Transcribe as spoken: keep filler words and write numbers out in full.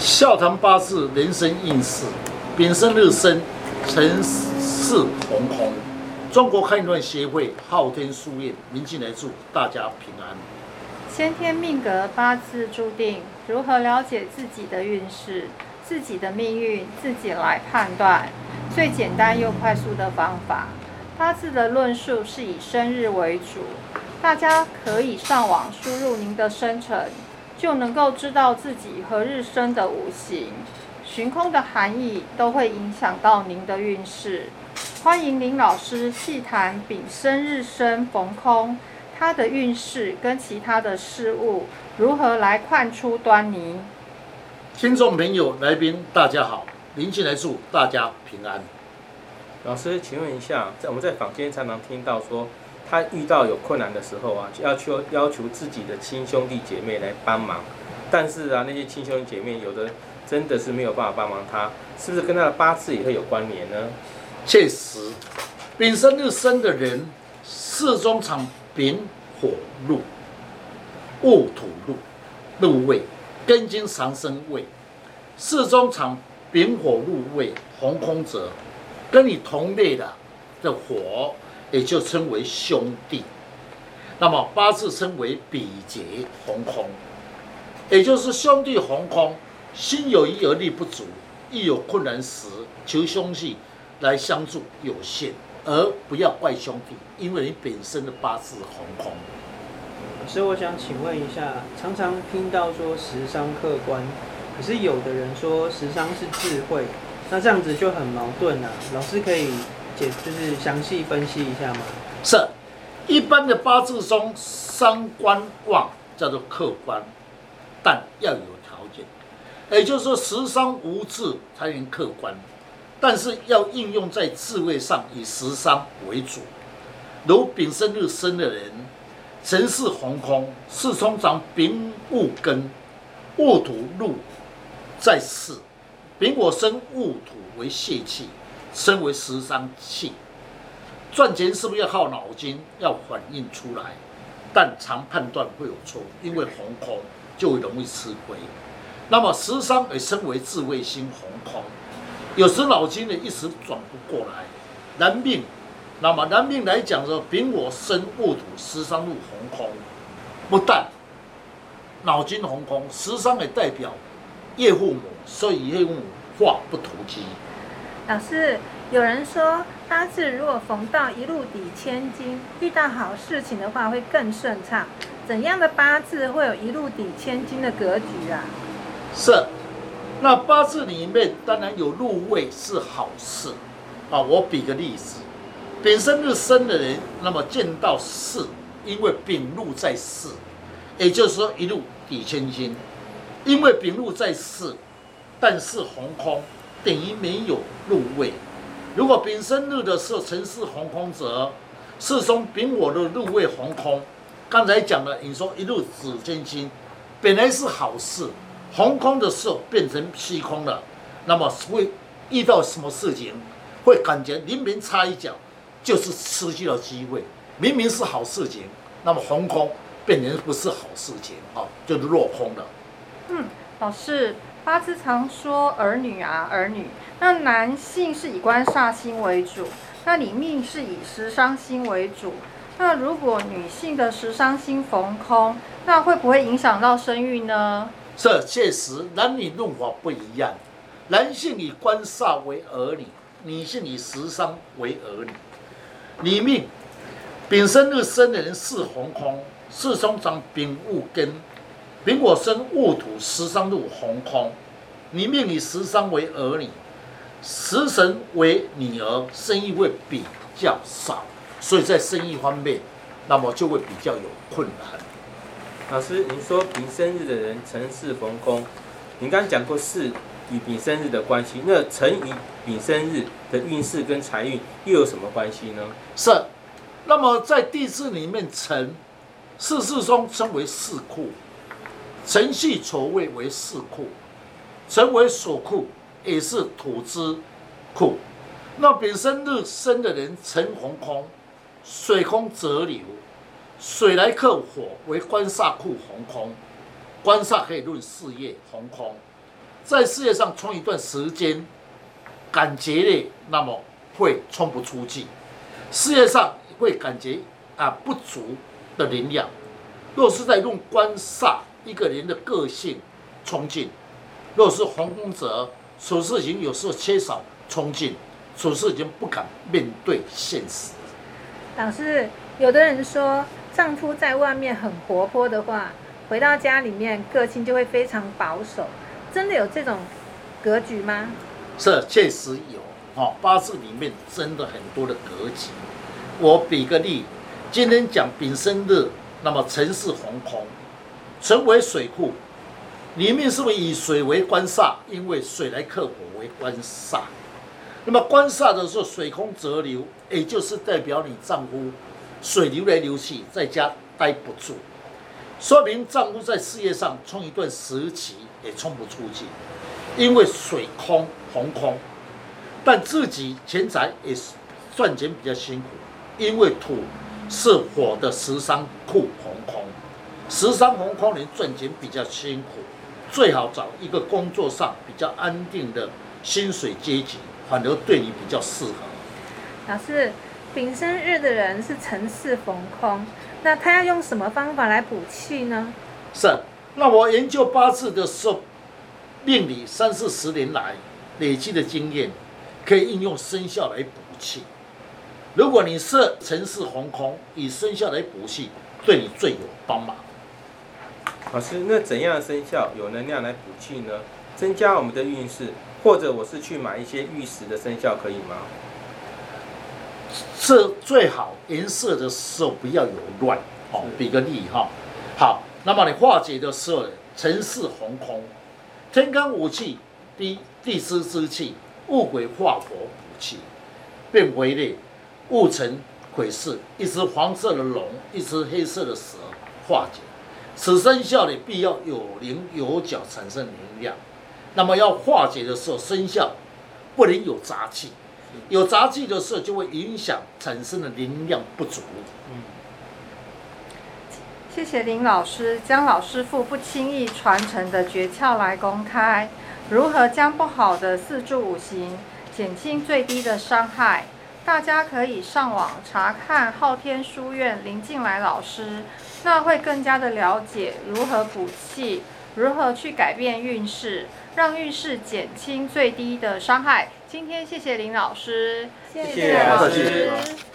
笑谈八字人生运势，丙申日生，辰巳红空。中国看断协会昊天书院明进来祝大家平安。 先天命格八字注定，如何了解自己的运势、自己的命运，自己来判断。最简单又快速的方法，八字的论述是以生日为主，大家可以上网输入您的生辰，就能够知道自己何日生的五行、旬空的含义，都会影响到您的运势。欢迎林老师细谈丙申日生逢空，他的运势跟其他的事物如何来看出端倪。 听众朋友、来宾，大家好，林进来祝大家平安。 老师，请问一下，在我们在坊间常常听到说，他遇到有困难的时候啊，要求要求自己的亲兄弟姐妹来帮忙，但是啊，那些亲兄弟姐妹有的真的是没有办法帮忙他，是不是跟他的八字也会有关联呢？ 确实，丙申日生的人，四中藏丙火禄、戊土禄、禄位，根金上升位，四中藏丙火禄位红空者，跟你同类的的火，也就称为兄弟。那么八字称为比劫红空，也就是兄弟红空，心有余而力不足，一有困难时求兄弟来相助有限，而不要怪兄弟，因为你本身的八字红空。 老师，我想请问一下，常常听到说食伤克官，可是有的人说食伤是智慧，那这样子就很矛盾啊。老师可以解就是详细分析一下吗？ 是，一般的八字中伤官旺叫做克官，但要有条件，也就是说食伤无智才能克官。但是要应用在智慧上，以食伤为主。如丙申日生的人，辰巳红空，四冲长丙戊庚，戊土禄在巳，丙火生戊土为泄气，身为食伤气。赚钱是不是要靠脑筋，要反映出来？但常判断会有错，因为红空就会容易吃亏。那么食伤也称为智慧星红空。有时脑筋呢一时转不过来，男命，那么男命来讲说，丙火生戊土，食伤入红空，不但脑筋红空，食伤也代表业父母，所以业父母话不投机。 老师，有人说八字如果逢到一路抵千金，遇到好事情的话会更顺畅。怎样的八字会有一路抵千金的格局啊？ 是。那八字里面当然有禄位是好事啊。我比个例子，丙申日生的人，那么见到巳，因为丙禄在巳，也就是说一路抵千金。因为丙禄在巳，但是红空等于没有禄位。如果丙申日的时候辰巳红空者，是从丙火的禄位红空。刚才讲了，你说一路抵千金，本来是好事。红空的时候变成虚空了，那么会遇到什么事情，会感觉临门插一脚，就是失去了机会。明明是好事情，那么红空变成不是好事情，哦，就是落空了。 嗯，老师，八字常说儿女啊，儿女，那男性是以官煞星为主，那你命是以食伤星为主。那如果女性的食伤星逢空，那会不会影响到生育呢？ 这确实男女论法不一样，男性以官煞为儿女，女性以食伤为儿女。你命丙申日生的人是红空，四冲长丙戊庚，丙火生戊土，食伤入红空。你命以食伤为儿女，食神为女儿，生意会比较少，所以在生意方面，那么就会比较有困难。 老师，您说丙申日的人辰巳逢空，您刚刚讲过巳与丙申日的关系，那辰与丙申日的运势跟财运又有什么关系呢？ 是，那么在地支里面，辰四字中称为四库，辰戌丑未为四库，辰为所库，也是土之库。那丙申日生的人，辰红空，水空则流。水来克火，为官煞库红空，官煞可以论事业红空。 在事业上冲一段时间，感觉累，那么会冲不出去，事业上会感觉啊不足的能量。若是在用官煞一个人的个性冲劲，若是红风者，处事情有时候缺少冲劲，处事情不敢面对现实。 老师，有的人说丈夫在外面很活泼的话，回到家里面个性就会非常保守，真的有这种格局吗？ 是，确实有哦，八字里面真的很多的格局。我比个例，今天讲丙申日，那么辰巳红空，辰为水库，里面是不是以水为官煞？因为水来克火为官煞。那么官煞的时候，水空则流，也就是代表你丈夫水流来流去，在家待不住，说明丈夫在事业上冲一段时期也冲不出去，因为水空红空，但自己钱财也赚钱比较辛苦，因为土是火的食伤库红空，食伤红空人赚钱比较辛苦，最好找一个工作上比较安定的薪水阶级，反而对你比较适合。 老师，丙申日的人是辰巳逢空，那他要用什么方法来补气呢？ 是，那我研究八字的时候，命理三四十年来累积的经验，可以应用生肖来补气。如果你是辰巳红空，以生肖来补气，对你最有帮忙。 老师，那怎样的生肖有能量来补气呢？增加我们的运势，或者我是去买一些玉石的生肖可以吗？ 是最好颜色的时候不要有乱哦。比个例哈，好，那么你化解的时候，辰巳红空，天干五气，地地支之气，戊癸化火补气，变为呢戊辰癸巳，一只黄色的龙，一只黑色的蛇化解。此生肖呢必要有棱有角，产生能量。那么要化解的时候，生肖不能有杂气。有杂气的时候，就会影响产生的能量不足。 嗯， 谢谢林老师将老师傅不轻易传承的诀窍来公开，如何将不好的四柱五行减轻最低的伤害？大家可以上网查看昊天书院林进来老师，那会更加的了解如何补气，如何去改变运势，让运势减轻最低的伤害。今天谢谢林老师， 谢谢老师。